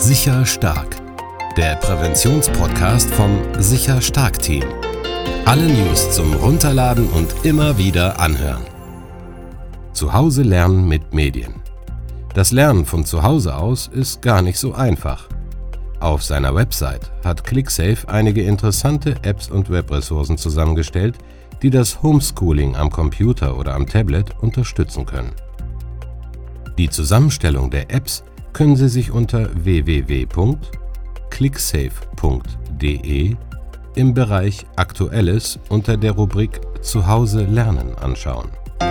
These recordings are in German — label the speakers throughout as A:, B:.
A: Sicher Stark, der Präventionspodcast vom Sicher Stark Team. Alle News zum Runterladen und immer wieder anhören. Zu Hause lernen mit Medien. Das Lernen von zu Hause aus ist gar nicht so einfach. Auf seiner Website hat ClickSafe einige interessante Apps und Webressourcen zusammengestellt, die das Homeschooling am Computer oder am Tablet unterstützen können. Die Zusammenstellung der Apps können Sie sich unter www.clicksafe.de im Bereich Aktuelles unter der Rubrik Zuhause lernen anschauen.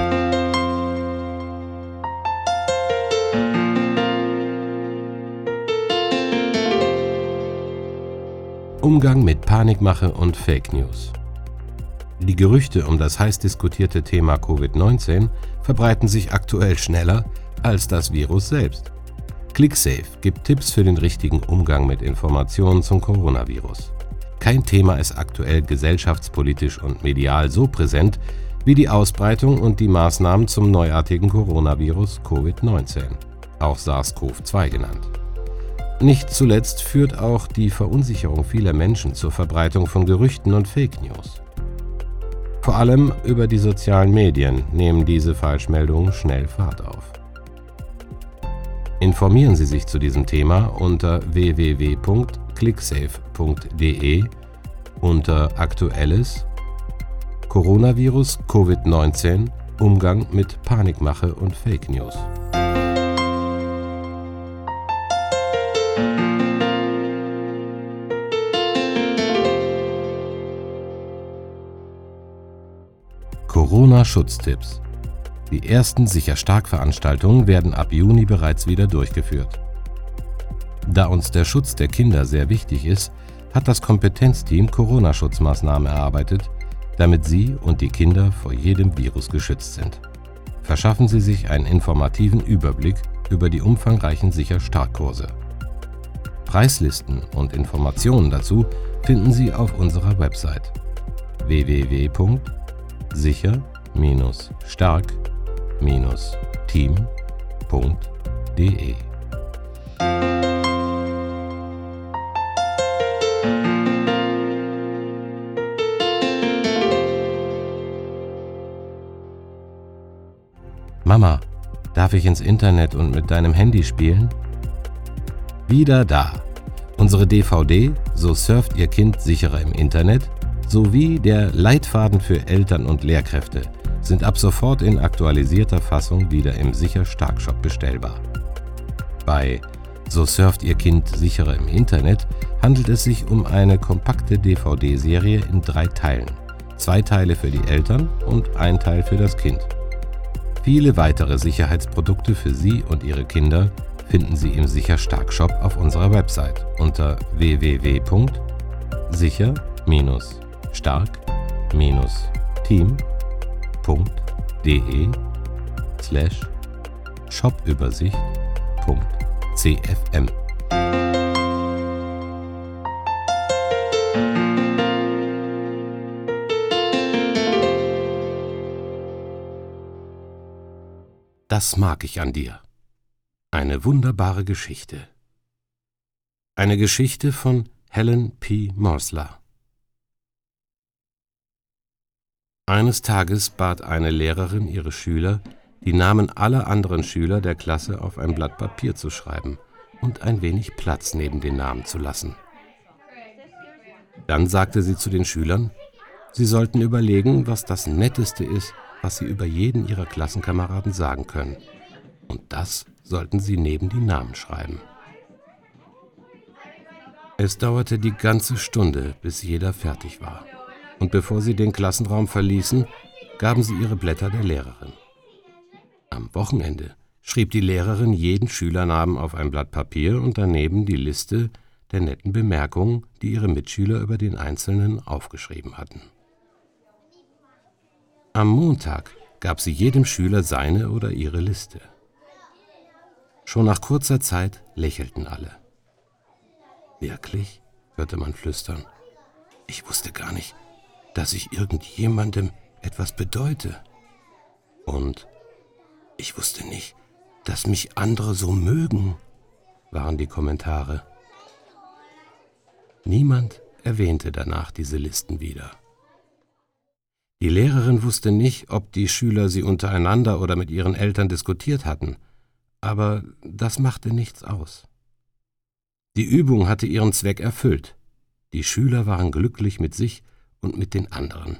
A: Umgang mit Panikmache und Fake News. Die Gerüchte um das heiß diskutierte Thema Covid-19 verbreiten sich aktuell schneller als das Virus selbst. ClickSafe gibt Tipps für den richtigen Umgang mit Informationen zum Coronavirus. Kein Thema ist aktuell gesellschaftspolitisch und medial so präsent wie die Ausbreitung und die Maßnahmen zum neuartigen Coronavirus Covid-19, auch SARS-CoV-2 genannt. Nicht zuletzt führt auch die Verunsicherung vieler Menschen zur Verbreitung von Gerüchten und Fake News. Vor allem über die sozialen Medien nehmen diese Falschmeldungen schnell Fahrt auf. Informieren Sie sich zu diesem Thema unter www.clicksafe.de unter Aktuelles Coronavirus Covid-19 Umgang mit Panikmache und Fake News. Corona-Schutztipps. Die ersten Sicher-Stark-Veranstaltungen werden ab Juni bereits wieder durchgeführt. Da uns der Schutz der Kinder sehr wichtig ist, hat das Kompetenzteam Corona-Schutzmaßnahmen erarbeitet, damit Sie und die Kinder vor jedem Virus geschützt sind. Verschaffen Sie sich einen informativen Überblick über die umfangreichen Sicher-Stark-Kurse. Preislisten und Informationen dazu finden Sie auf unserer Website www.sicher-stark-team.de. Mama, darf ich ins Internet und mit deinem Handy spielen? Wieder da. Unsere DVD So surft Ihr Kind sicherer im Internet sowie der Leitfaden für Eltern und Lehrkräfte sind ab sofort in aktualisierter Fassung wieder im Sicher Stark Shop bestellbar. Bei So surft Ihr Kind sicherer im Internet handelt es sich um eine kompakte DVD-Serie in 3 Teilen. 2 Teile für die Eltern und 1 Teil für das Kind. Viele weitere Sicherheitsprodukte für Sie und Ihre Kinder finden Sie im Sicher Stark Shop auf unserer Website unter www.sicher-stark-team.de/shopübersicht.cfm. Das mag ich an dir. Eine wunderbare Geschichte. Eine Geschichte von Helen P. Morsler. Eines Tages bat eine Lehrerin ihre Schüler, die Namen aller anderen Schüler der Klasse auf ein Blatt Papier zu schreiben und ein wenig Platz neben den Namen zu lassen. Dann sagte sie zu den Schülern, sie sollten überlegen, was das Netteste ist, was sie über jeden ihrer Klassenkameraden sagen können. Und das sollten sie neben die Namen schreiben. Es dauerte die ganze Stunde, bis jeder fertig war. Und bevor sie den Klassenraum verließen, gaben sie ihre Blätter der Lehrerin. Am Wochenende schrieb die Lehrerin jeden Schülernamen auf ein Blatt Papier und daneben die Liste der netten Bemerkungen, die ihre Mitschüler über den Einzelnen aufgeschrieben hatten. Am Montag gab sie jedem Schüler seine oder ihre Liste. Schon nach kurzer Zeit lächelten alle. Wirklich? Hörte man flüstern. Ich wusste gar nicht, dass ich irgendjemandem etwas bedeute. Und ich wusste nicht, dass mich andere so mögen. waren die Kommentare. Niemand erwähnte danach diese Listen wieder. Die Lehrerin wusste nicht, ob die Schüler sie untereinander oder mit ihren Eltern diskutiert hatten, aber das machte nichts aus. Die Übung hatte ihren Zweck erfüllt. Die Schüler waren glücklich mit sich und mit den anderen.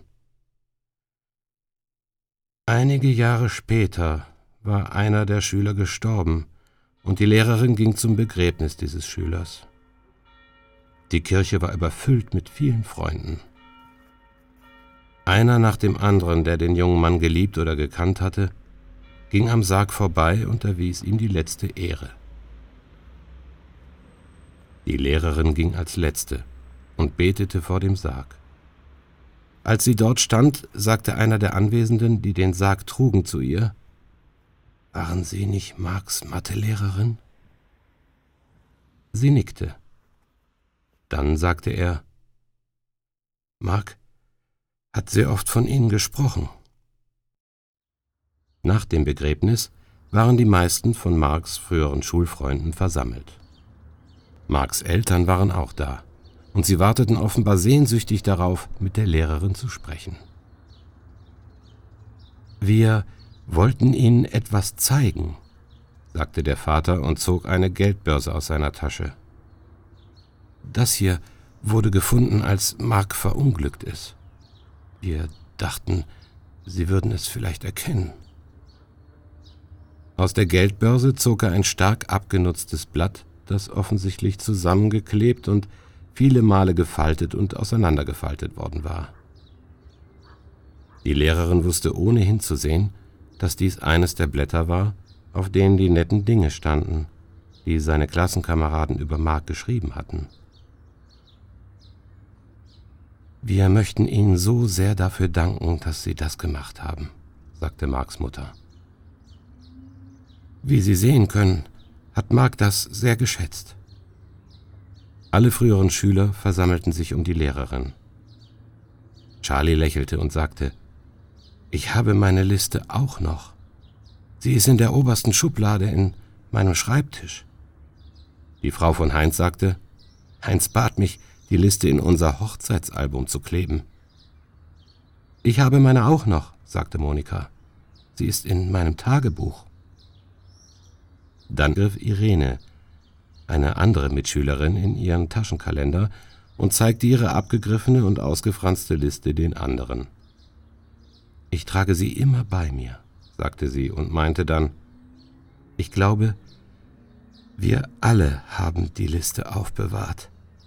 A: Einige Jahre später war einer der Schüler gestorben und die Lehrerin ging zum Begräbnis dieses Schülers. Die Kirche war überfüllt mit vielen Freunden. Einer nach dem anderen, der den jungen Mann geliebt oder gekannt hatte, ging am Sarg vorbei und erwies ihm die letzte Ehre. Die Lehrerin ging als Letzte und betete vor dem Sarg. Als sie dort stand, sagte einer der Anwesenden, die den Sarg trugen, zu ihr: »Waren Sie nicht Marks Mathelehrerin?« Sie nickte. Dann sagte er: »Mark hat sehr oft von Ihnen gesprochen.« Nach dem Begräbnis waren die meisten von Marks früheren Schulfreunden versammelt. Marks Eltern waren auch da, und sie warteten offenbar sehnsüchtig darauf, mit der Lehrerin zu sprechen. »Wir wollten Ihnen etwas zeigen«, sagte der Vater und zog eine Geldbörse aus seiner Tasche. »Das hier wurde gefunden, als Mark verunglückt ist. Wir dachten, Sie würden es vielleicht erkennen.« Aus der Geldbörse zog er ein stark abgenutztes Blatt, das offensichtlich zusammengeklebt und viele Male gefaltet und auseinandergefaltet worden war. Die Lehrerin wusste ohne hinzusehen, dass dies eines der Blätter war, auf denen die netten Dinge standen, die seine Klassenkameraden über Mark geschrieben hatten. »Wir möchten Ihnen so sehr dafür danken, dass Sie das gemacht haben«, sagte Marks Mutter. »Wie Sie sehen können, hat Mark das sehr geschätzt.« Alle früheren Schüler versammelten sich um die Lehrerin. Charlie lächelte und sagte: »Ich habe meine Liste auch noch. Sie ist in der obersten Schublade in meinem Schreibtisch.« Die Frau von Heinz sagte: »Heinz bat mich, die Liste in unser Hochzeitsalbum zu kleben.« »Ich habe meine auch noch«, sagte Monika. »Sie ist in meinem Tagebuch.« Dann griff Irene, eine andere Mitschülerin, in ihren Taschenkalender und zeigte ihre abgegriffene und ausgefranste Liste den anderen. »Ich trage sie immer bei mir«, sagte sie und meinte dann: »Ich glaube, wir alle haben die Liste aufbewahrt.«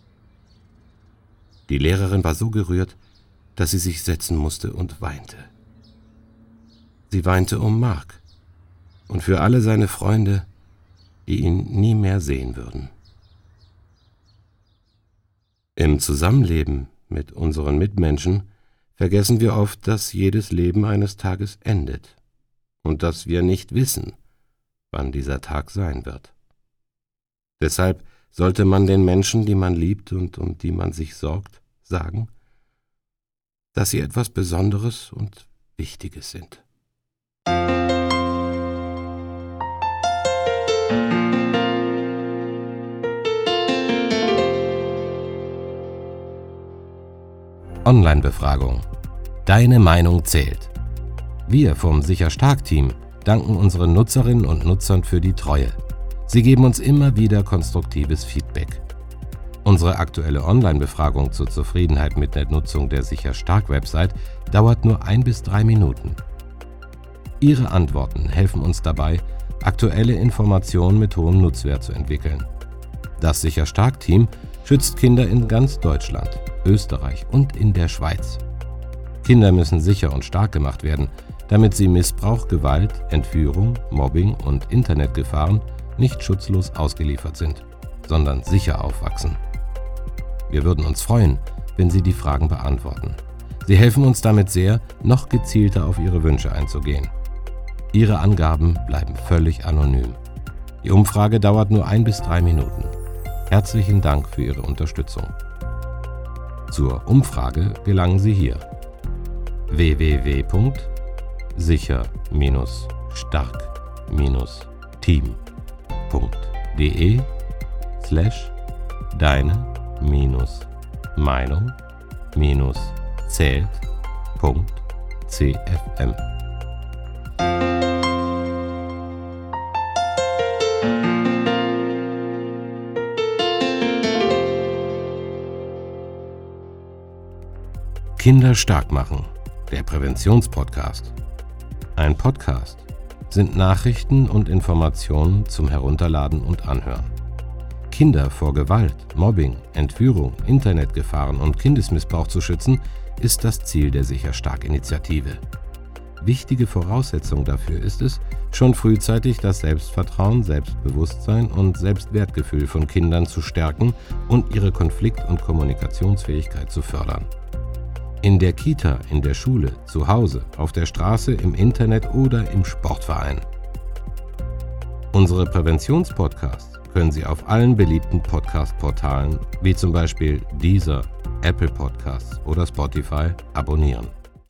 A: Die Lehrerin war so gerührt, dass sie sich setzen musste und weinte. Sie weinte um Mark und für alle seine Freunde, die ihn nie mehr sehen würden. Im Zusammenleben mit unseren Mitmenschen vergessen wir oft, dass jedes Leben eines Tages endet und dass wir nicht wissen, wann dieser Tag sein wird. Deshalb sollte man den Menschen, die man liebt und um die man sich sorgt, sagen, dass sie etwas Besonderes und Wichtiges sind. Online-Befragung. Deine Meinung zählt. Wir vom Sicher-Stark-Team danken unseren Nutzerinnen und Nutzern für die Treue. Sie geben uns immer wieder konstruktives Feedback. Unsere aktuelle Online-Befragung zur Zufriedenheit mit der Nutzung der Sicher-Stark-Website dauert nur 1 bis 3 Minuten. Ihre Antworten helfen uns dabei, aktuelle Informationen mit hohem Nutzwert zu entwickeln. Das Sicher-Stark-Team schützt Kinder in ganz Deutschland, Österreich und in der Schweiz. Kinder müssen sicher und stark gemacht werden, damit sie Missbrauch, Gewalt, Entführung, Mobbing und Internetgefahren nicht schutzlos ausgeliefert sind, sondern sicher aufwachsen. Wir würden uns freuen, wenn Sie die Fragen beantworten. Sie helfen uns damit sehr, noch gezielter auf Ihre Wünsche einzugehen. Ihre Angaben bleiben völlig anonym. Die Umfrage dauert nur 1 bis 3 Minuten. Herzlichen Dank für Ihre Unterstützung. Zur Umfrage gelangen Sie hier: www.sicher-stark-team.de deine-meinung-zählt.cfm. Kinder stark machen, der Präventionspodcast. Ein Podcast sind Nachrichten und Informationen zum Herunterladen und Anhören. Kinder vor Gewalt, Mobbing, Entführung, Internetgefahren und Kindesmissbrauch zu schützen, ist das Ziel der Sicher-Stark-Initiative. Wichtige Voraussetzung dafür ist es, schon frühzeitig das Selbstvertrauen, Selbstbewusstsein und Selbstwertgefühl von Kindern zu stärken und ihre Konflikt- und Kommunikationsfähigkeit zu fördern. In der Kita, in der Schule, zu Hause, auf der Straße, im Internet oder im Sportverein. Unsere Präventionspodcasts können Sie auf allen beliebten Podcast-Portalen wie zum Beispiel Deezer, Apple Podcasts oder Spotify abonnieren.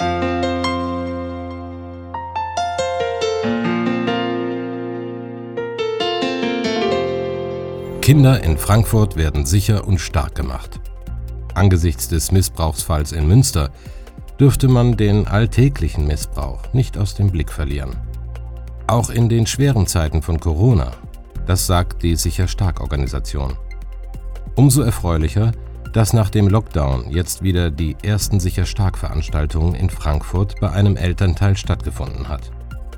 A: Kinder in Frankfurt werden sicher und stark gemacht. Angesichts des Missbrauchsfalls in Münster dürfte man den alltäglichen Missbrauch nicht aus dem Blick verlieren. Auch in den schweren Zeiten von Corona, das sagt die Sicher-Stark-Organisation. Umso erfreulicher, dass nach dem Lockdown jetzt wieder die ersten Sicher-Stark-Veranstaltungen in Frankfurt bei einem Elternteil stattgefunden hat.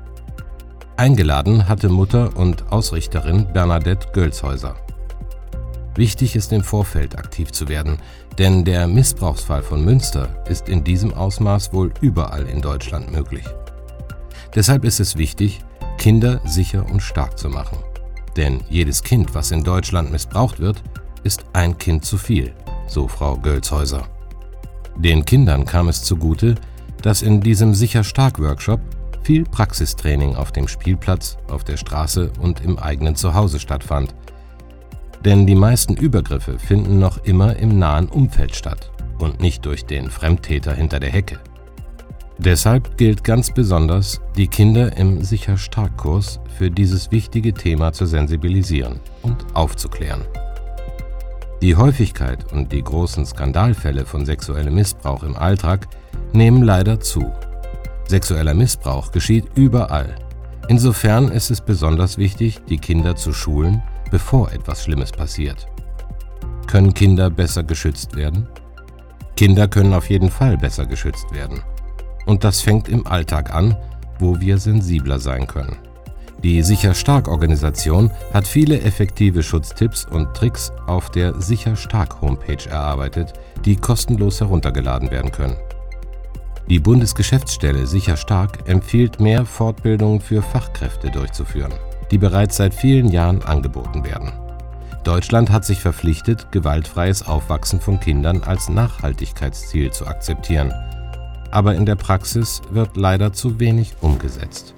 A: Eingeladen hatte Mutter und Ausrichterin Bernadette Gölzhäuser. Wichtig ist im Vorfeld aktiv zu werden, denn der Missbrauchsfall von Münster ist in diesem Ausmaß wohl überall in Deutschland möglich. Deshalb ist es wichtig, Kinder sicher und stark zu machen. Denn jedes Kind, was in Deutschland missbraucht wird, ist ein Kind zu viel, so Frau Gölzhäuser. Den Kindern kam es zugute, dass in diesem Sicher-Stark-Workshop viel Praxistraining auf dem Spielplatz, auf der Straße und im eigenen Zuhause stattfand. Denn die meisten Übergriffe finden noch immer im nahen Umfeld statt und nicht durch den Fremdtäter hinter der Hecke. Deshalb gilt ganz besonders, die Kinder im Sicher-Stark-Kurs für dieses wichtige Thema zu sensibilisieren und aufzuklären. Die Häufigkeit und die großen Skandalfälle von sexuellem Missbrauch im Alltag nehmen leider zu. Sexueller Missbrauch geschieht überall. Insofern ist es besonders wichtig, die Kinder zu schulen, bevor etwas Schlimmes passiert. Können Kinder besser geschützt werden? Kinder können auf jeden Fall besser geschützt werden. Und das fängt im Alltag an, wo wir sensibler sein können. Die Sicher-Stark-Organisation hat viele effektive Schutztipps und Tricks auf der Sicher-Stark-Homepage erarbeitet, die kostenlos heruntergeladen werden können. Die Bundesgeschäftsstelle Sicher-Stark empfiehlt mehr Fortbildungen für Fachkräfte durchzuführen, die bereits seit vielen Jahren angeboten werden. Deutschland hat sich verpflichtet, gewaltfreies Aufwachsen von Kindern als Nachhaltigkeitsziel zu akzeptieren. Aber in der Praxis wird leider zu wenig umgesetzt.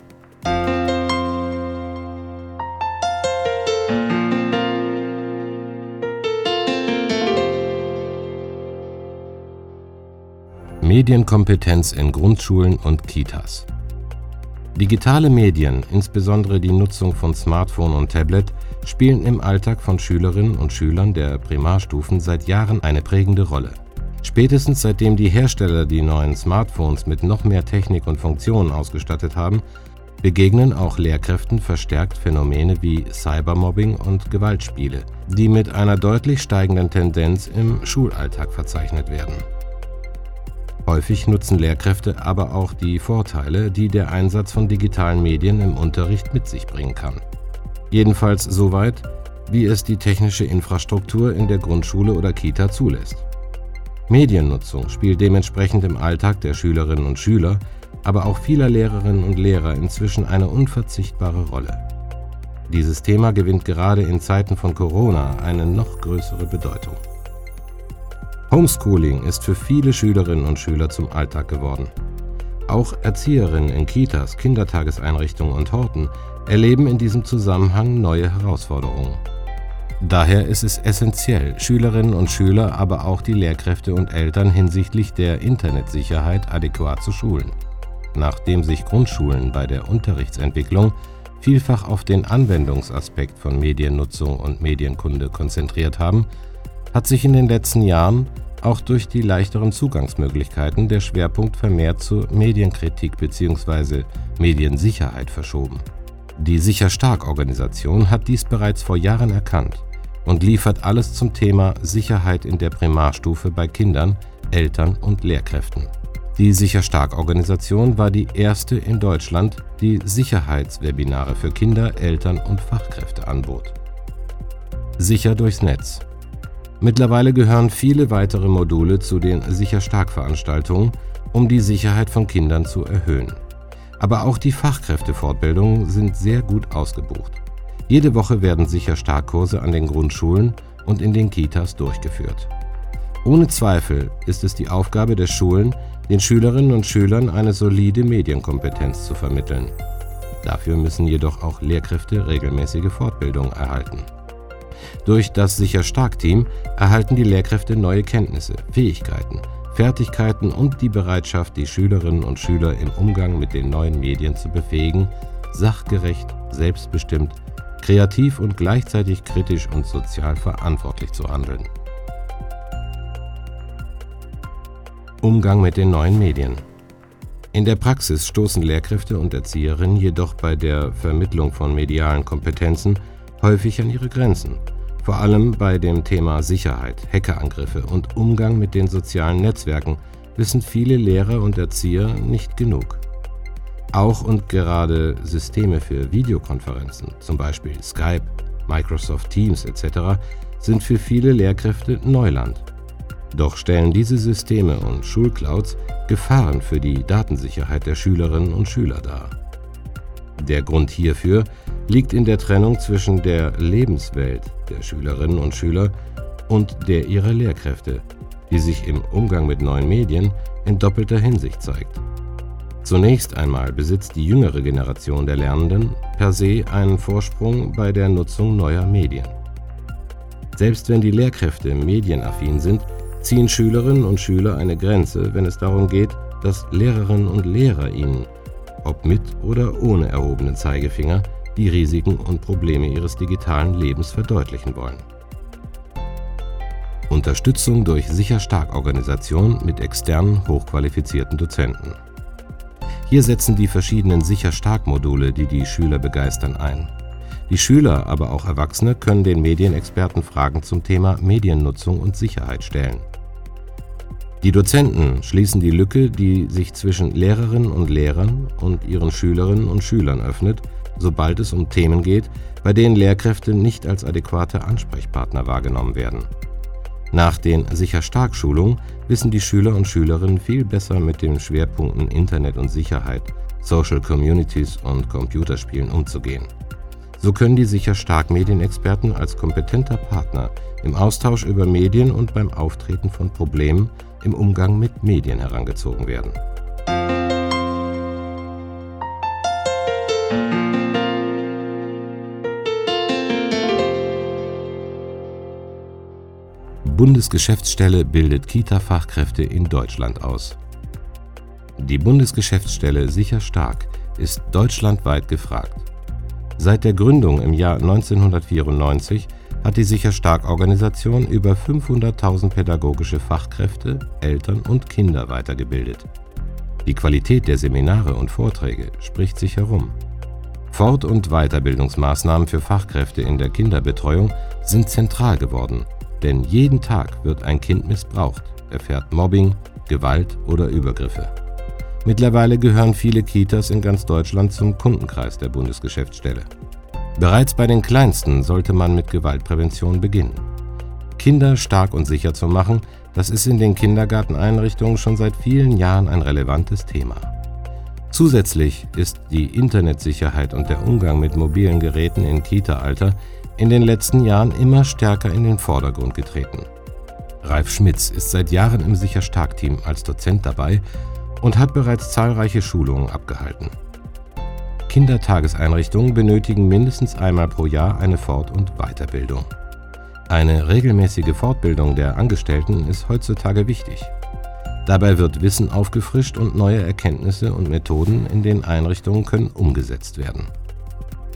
A: Medienkompetenz in Grundschulen und Kitas. Digitale Medien, insbesondere die Nutzung von Smartphone und Tablet, spielen im Alltag von Schülerinnen und Schülern der Primarstufen seit Jahren eine prägende Rolle. Spätestens seitdem die Hersteller die neuen Smartphones mit noch mehr Technik und Funktionen ausgestattet haben, begegnen auch Lehrkräften verstärkt Phänomene wie Cybermobbing und Gewaltspiele, die mit einer deutlich steigenden Tendenz im Schulalltag verzeichnet werden. Häufig nutzen Lehrkräfte aber auch die Vorteile, die der Einsatz von digitalen Medien im Unterricht mit sich bringen kann. Jedenfalls soweit, wie es die technische Infrastruktur in der Grundschule oder Kita zulässt. Mediennutzung spielt dementsprechend im Alltag der Schülerinnen und Schüler, aber auch vieler Lehrerinnen und Lehrer inzwischen eine unverzichtbare Rolle. Dieses Thema gewinnt gerade in Zeiten von Corona eine noch größere Bedeutung. Homeschooling ist für viele Schülerinnen und Schüler zum Alltag geworden. Auch Erzieherinnen in Kitas, Kindertageseinrichtungen und Horten erleben in diesem Zusammenhang neue Herausforderungen. Daher ist es essentiell, Schülerinnen und Schüler, aber auch die Lehrkräfte und Eltern hinsichtlich der Internetsicherheit adäquat zu schulen. Nachdem sich Grundschulen bei der Unterrichtsentwicklung vielfach auf den Anwendungsaspekt von Mediennutzung und Medienkunde konzentriert haben, hat sich in den letzten Jahren auch durch die leichteren Zugangsmöglichkeiten der Schwerpunkt vermehrt zur Medienkritik bzw. Mediensicherheit verschoben. Die Sicher-Stark-Organisation hat dies bereits vor Jahren erkannt und liefert alles zum Thema Sicherheit in der Primarstufe bei Kindern, Eltern und Lehrkräften. Die Sicher-Stark-Organisation war die erste in Deutschland, die Sicherheitswebinare für Kinder, Eltern und Fachkräfte anbot. Sicher durchs Netz. Mittlerweile gehören viele weitere Module zu den Sicher-Stark-Veranstaltungen, um die Sicherheit von Kindern zu erhöhen. Aber auch die Fachkräftefortbildungen sind sehr gut ausgebucht. Jede Woche werden Sicher-Stark-Kurse an den Grundschulen und in den Kitas durchgeführt. Ohne Zweifel ist es die Aufgabe der Schulen, den Schülerinnen und Schülern eine solide Medienkompetenz zu vermitteln. Dafür müssen jedoch auch Lehrkräfte regelmäßige Fortbildung erhalten. Durch das Sicher-Stark-Team erhalten die Lehrkräfte neue Kenntnisse, Fähigkeiten, Fertigkeiten und die Bereitschaft, die Schülerinnen und Schüler im Umgang mit den neuen Medien zu befähigen, sachgerecht, selbstbestimmt, kreativ und gleichzeitig kritisch und sozial verantwortlich zu handeln. Umgang mit den neuen Medien. In der Praxis stoßen Lehrkräfte und Erzieherinnen jedoch bei der Vermittlung von medialen Kompetenzen häufig an ihre Grenzen. Vor allem bei dem Thema Sicherheit, Hackerangriffe und Umgang mit den sozialen Netzwerken wissen viele Lehrer und Erzieher nicht genug. Auch und gerade Systeme für Videokonferenzen, zum Beispiel Skype, Microsoft Teams etc., sind für viele Lehrkräfte Neuland. Doch stellen diese Systeme und Schulclouds Gefahren für die Datensicherheit der Schülerinnen und Schüler dar. Der Grund hierfür liegt in der Trennung zwischen der Lebenswelt der Schülerinnen und Schüler und der ihrer Lehrkräfte, die sich im Umgang mit neuen Medien in doppelter Hinsicht zeigt. Zunächst einmal besitzt die jüngere Generation der Lernenden per se einen Vorsprung bei der Nutzung neuer Medien. Selbst wenn die Lehrkräfte medienaffin sind, ziehen Schülerinnen und Schüler eine Grenze, wenn es darum geht, dass Lehrerinnen und Lehrer ihnen, ob mit oder ohne erhobenen Zeigefinger, die Risiken und Probleme ihres digitalen Lebens verdeutlichen wollen. Unterstützung durch Sicher-Stark-Organisation mit externen, hochqualifizierten Dozenten. Hier setzen die verschiedenen Sicher-Stark-Module, die die Schüler begeistern, ein. Die Schüler, aber auch Erwachsene können den Medienexperten Fragen zum Thema Mediennutzung und Sicherheit stellen. Die Dozenten schließen die Lücke, die sich zwischen Lehrerinnen und Lehrern und ihren Schülerinnen und Schülern öffnet, sobald es um Themen geht, bei denen Lehrkräfte nicht als adäquate Ansprechpartner wahrgenommen werden. Nach den Sicher-Stark-Schulungen wissen die Schüler und Schülerinnen viel besser mit den Schwerpunkten Internet und Sicherheit, Social Communities und Computerspielen umzugehen. So können die Sicher-Stark-Medienexperten als kompetenter Partner im Austausch über Medien und beim Auftreten von Problemen im Umgang mit Medien herangezogen werden. Bundesgeschäftsstelle bildet Kita-Fachkräfte in Deutschland aus. Die Bundesgeschäftsstelle Sicher-Stark ist deutschlandweit gefragt. Seit der Gründung im Jahr 1994 hat die Sicher-Stark-Organisation über 500.000 pädagogische Fachkräfte, Eltern und Kinder weitergebildet. Die Qualität der Seminare und Vorträge spricht sich herum. Fort- und Weiterbildungsmaßnahmen für Fachkräfte in der Kinderbetreuung sind zentral geworden, denn jeden Tag wird ein Kind missbraucht, erfährt Mobbing, Gewalt oder Übergriffe. Mittlerweile gehören viele Kitas in ganz Deutschland zum Kundenkreis der Bundesgeschäftsstelle. Bereits bei den Kleinsten sollte man mit Gewaltprävention beginnen. Kinder stark und sicher zu machen, das ist in den Kindergarteneinrichtungen schon seit vielen Jahren ein relevantes Thema. Zusätzlich ist die Internetsicherheit und der Umgang mit mobilen Geräten im Kita-Alter in den letzten Jahren immer stärker in den Vordergrund getreten. Ralf Schmitz ist seit Jahren im Sicher-Stark-Team als Dozent dabei und hat bereits zahlreiche Schulungen abgehalten. Kindertageseinrichtungen benötigen mindestens einmal pro Jahr eine Fort- und Weiterbildung. Eine regelmäßige Fortbildung der Angestellten ist heutzutage wichtig. Dabei wird Wissen aufgefrischt und neue Erkenntnisse und Methoden in den Einrichtungen können umgesetzt werden.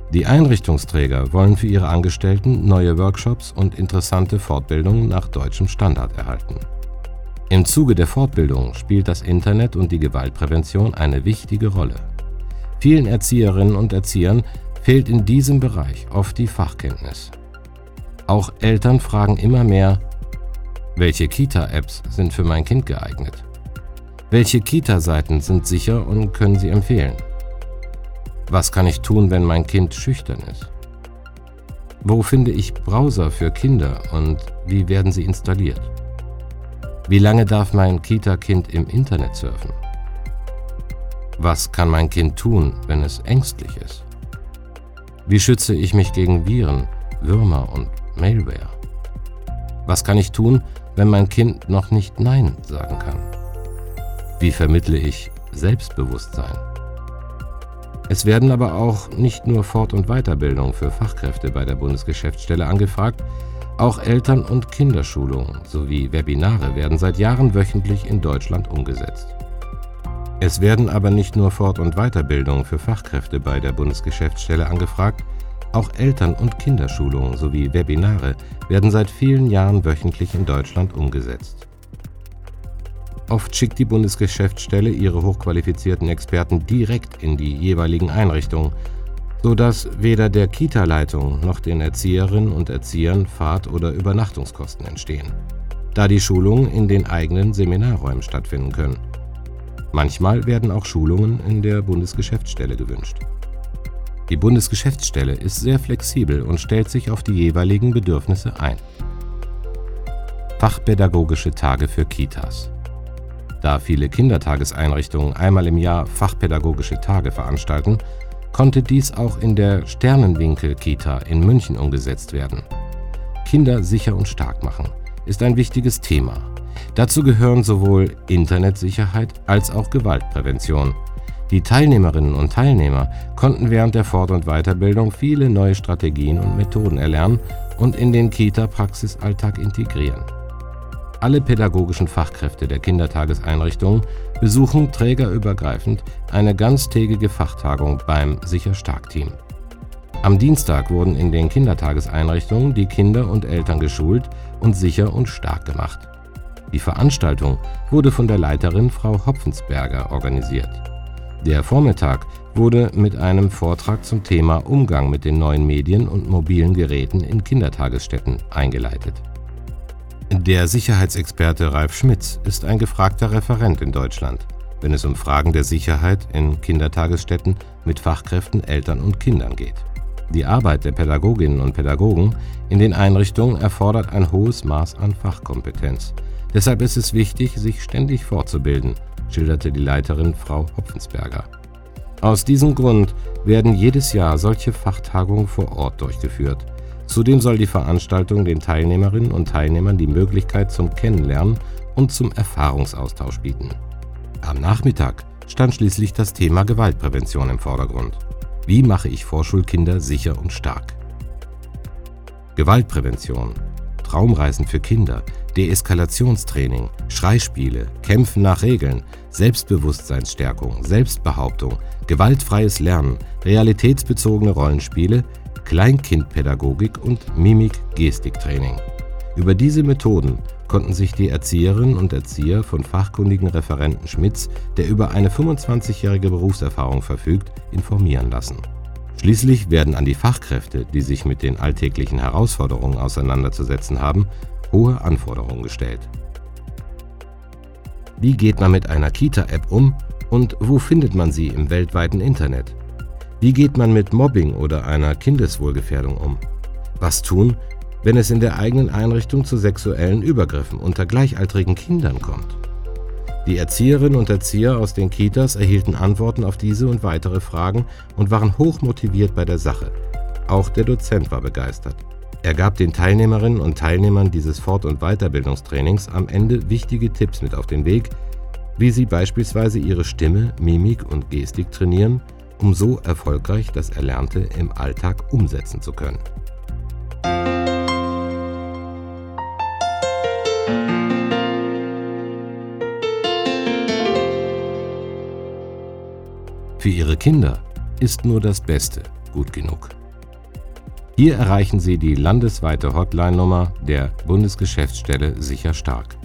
A: Die Einrichtungsträger wollen für ihre Angestellten neue Workshops und interessante Fortbildungen nach deutschem Standard erhalten. Im Zuge der Fortbildung spielt das Internet und die Gewaltprävention eine wichtige Rolle. Vielen Erzieherinnen und Erziehern fehlt in diesem Bereich oft die Fachkenntnis. Auch Eltern fragen immer mehr: Welche Kita-Apps sind für mein Kind geeignet? Welche Kita-Seiten sind sicher und können Sie empfehlen? Was kann ich tun, wenn mein Kind schüchtern ist? Wo finde ich Browser für Kinder und wie werden sie installiert? Wie lange darf mein Kita-Kind im Internet surfen? Was kann mein Kind tun, wenn es ängstlich ist? Wie schütze ich mich gegen Viren, Würmer und Malware? Was kann ich tun, wenn mein Kind noch nicht Nein sagen kann? Wie vermittle ich Selbstbewusstsein? Es werden aber auch nicht nur Fort- und Weiterbildung für Fachkräfte bei der Bundesgeschäftsstelle angefragt, auch Eltern- und Kinderschulungen sowie Webinare werden seit Jahren wöchentlich in Deutschland umgesetzt. Es werden aber nicht nur Fort- und Weiterbildung für Fachkräfte bei der Bundesgeschäftsstelle angefragt, auch Eltern- und Kinderschulungen sowie Webinare werden seit vielen Jahren wöchentlich in Deutschland umgesetzt. Oft schickt die Bundesgeschäftsstelle ihre hochqualifizierten Experten direkt in die jeweiligen Einrichtungen, sodass weder der Kita-Leitung noch den Erzieherinnen und Erziehern Fahrt- oder Übernachtungskosten entstehen, da die Schulungen in den eigenen Seminarräumen stattfinden können. Manchmal werden auch Schulungen in der Bundesgeschäftsstelle gewünscht. Die Bundesgeschäftsstelle ist sehr flexibel und stellt sich auf die jeweiligen Bedürfnisse ein. Fachpädagogische Tage für Kitas. Da viele Kindertageseinrichtungen einmal im Jahr fachpädagogische Tage veranstalten, konnte dies auch in der Sternenwinkel-Kita in München umgesetzt werden. Kinder sicher und stark machen ist ein wichtiges Thema. Dazu gehören sowohl Internetsicherheit als auch Gewaltprävention. Die Teilnehmerinnen und Teilnehmer konnten während der Fort- und Weiterbildung viele neue Strategien und Methoden erlernen und in den Kita-Praxisalltag integrieren. Alle pädagogischen Fachkräfte der Kindertageseinrichtungen besuchen trägerübergreifend eine ganztägige Fachtagung beim Sicher-Stark-Team. Am Dienstag wurden in den Kindertageseinrichtungen die Kinder und Eltern geschult und sicher und stark gemacht. Die Veranstaltung wurde von der Leiterin Frau Hopfensberger organisiert. Der Vormittag wurde mit einem Vortrag zum Thema Umgang mit den neuen Medien und mobilen Geräten in Kindertagesstätten eingeleitet. Der Sicherheitsexperte Ralf Schmitz ist ein gefragter Referent in Deutschland, wenn es um Fragen der Sicherheit in Kindertagesstätten mit Fachkräften, Eltern und Kindern geht. Die Arbeit der Pädagoginnen und Pädagogen in den Einrichtungen erfordert ein hohes Maß an Fachkompetenz. Deshalb ist es wichtig, sich ständig fortzubilden, schilderte die Leiterin Frau Hopfensberger. Aus diesem Grund werden jedes Jahr solche Fachtagungen vor Ort durchgeführt. Zudem soll die Veranstaltung den Teilnehmerinnen und Teilnehmern die Möglichkeit zum Kennenlernen und zum Erfahrungsaustausch bieten. Am Nachmittag stand schließlich das Thema Gewaltprävention im Vordergrund. Wie mache ich Vorschulkinder sicher und stark? Gewaltprävention, Traumreisen für Kinder, Deeskalationstraining, Schreispiele, Kämpfen nach Regeln, Selbstbewusstseinsstärkung, Selbstbehauptung, gewaltfreies Lernen, realitätsbezogene Rollenspiele, Kleinkindpädagogik und Mimik-Gestik-Training. Über diese Methoden konnten sich die Erzieherinnen und Erzieher von fachkundigen Referenten Schmitz, der über eine 25-jährige Berufserfahrung verfügt, informieren lassen. Schließlich werden an die Fachkräfte, die sich mit den alltäglichen Herausforderungen auseinanderzusetzen haben, hohe Anforderungen gestellt. Wie geht man mit einer Kita-App um und wo findet man sie im weltweiten Internet? Wie geht man mit Mobbing oder einer Kindeswohlgefährdung um? Was tun, wenn es in der eigenen Einrichtung zu sexuellen Übergriffen unter gleichaltrigen Kindern kommt? Die Erzieherinnen und Erzieher aus den Kitas erhielten Antworten auf diese und weitere Fragen und waren hochmotiviert bei der Sache. Auch der Dozent war begeistert. Er gab den Teilnehmerinnen und Teilnehmern dieses Fort- und Weiterbildungstrainings am Ende wichtige Tipps mit auf den Weg, wie sie beispielsweise ihre Stimme, Mimik und Gestik trainieren, um so erfolgreich das Erlernte im Alltag umsetzen zu können. Für ihre Kinder ist nur das Beste gut genug. Hier erreichen Sie die landesweite Hotline-Nummer der Bundesgeschäftsstelle Sicher Stark.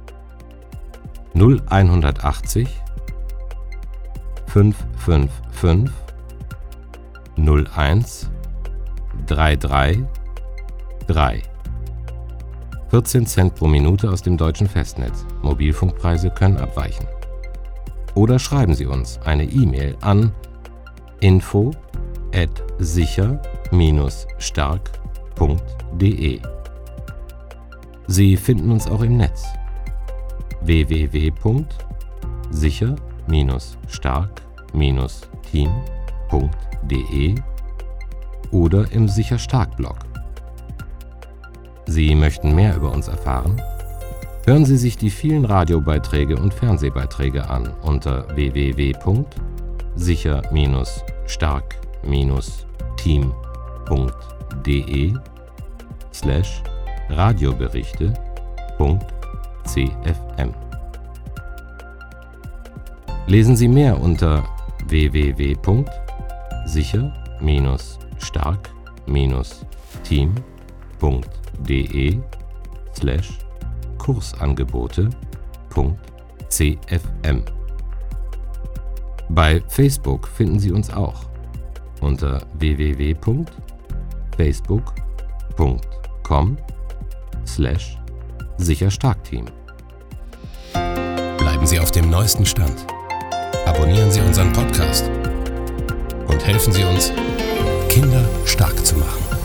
A: 0180 555 01 333. 14 Cent pro Minute aus dem deutschen Festnetz. Mobilfunkpreise können abweichen. Oder schreiben Sie uns eine E-Mail an info@sicher-stark.de. Sie finden uns auch im Netz www.sicher-stark-team.de oder im Sicher Stark-Blog. Sie möchten mehr über uns erfahren? Hören Sie sich die vielen Radiobeiträge und Fernsehbeiträge an unter www.sicher-stark-team.de/radioberichte.cfm. Lesen Sie mehr unter www.sicher-stark-team.de/Kursangebote.cfm. Bei Facebook finden Sie uns auch unter www.facebook.com/sicherstarkteam. Bleiben Sie auf dem neuesten Stand. Abonnieren Sie unseren Podcast und helfen Sie uns, Kinder stark zu machen.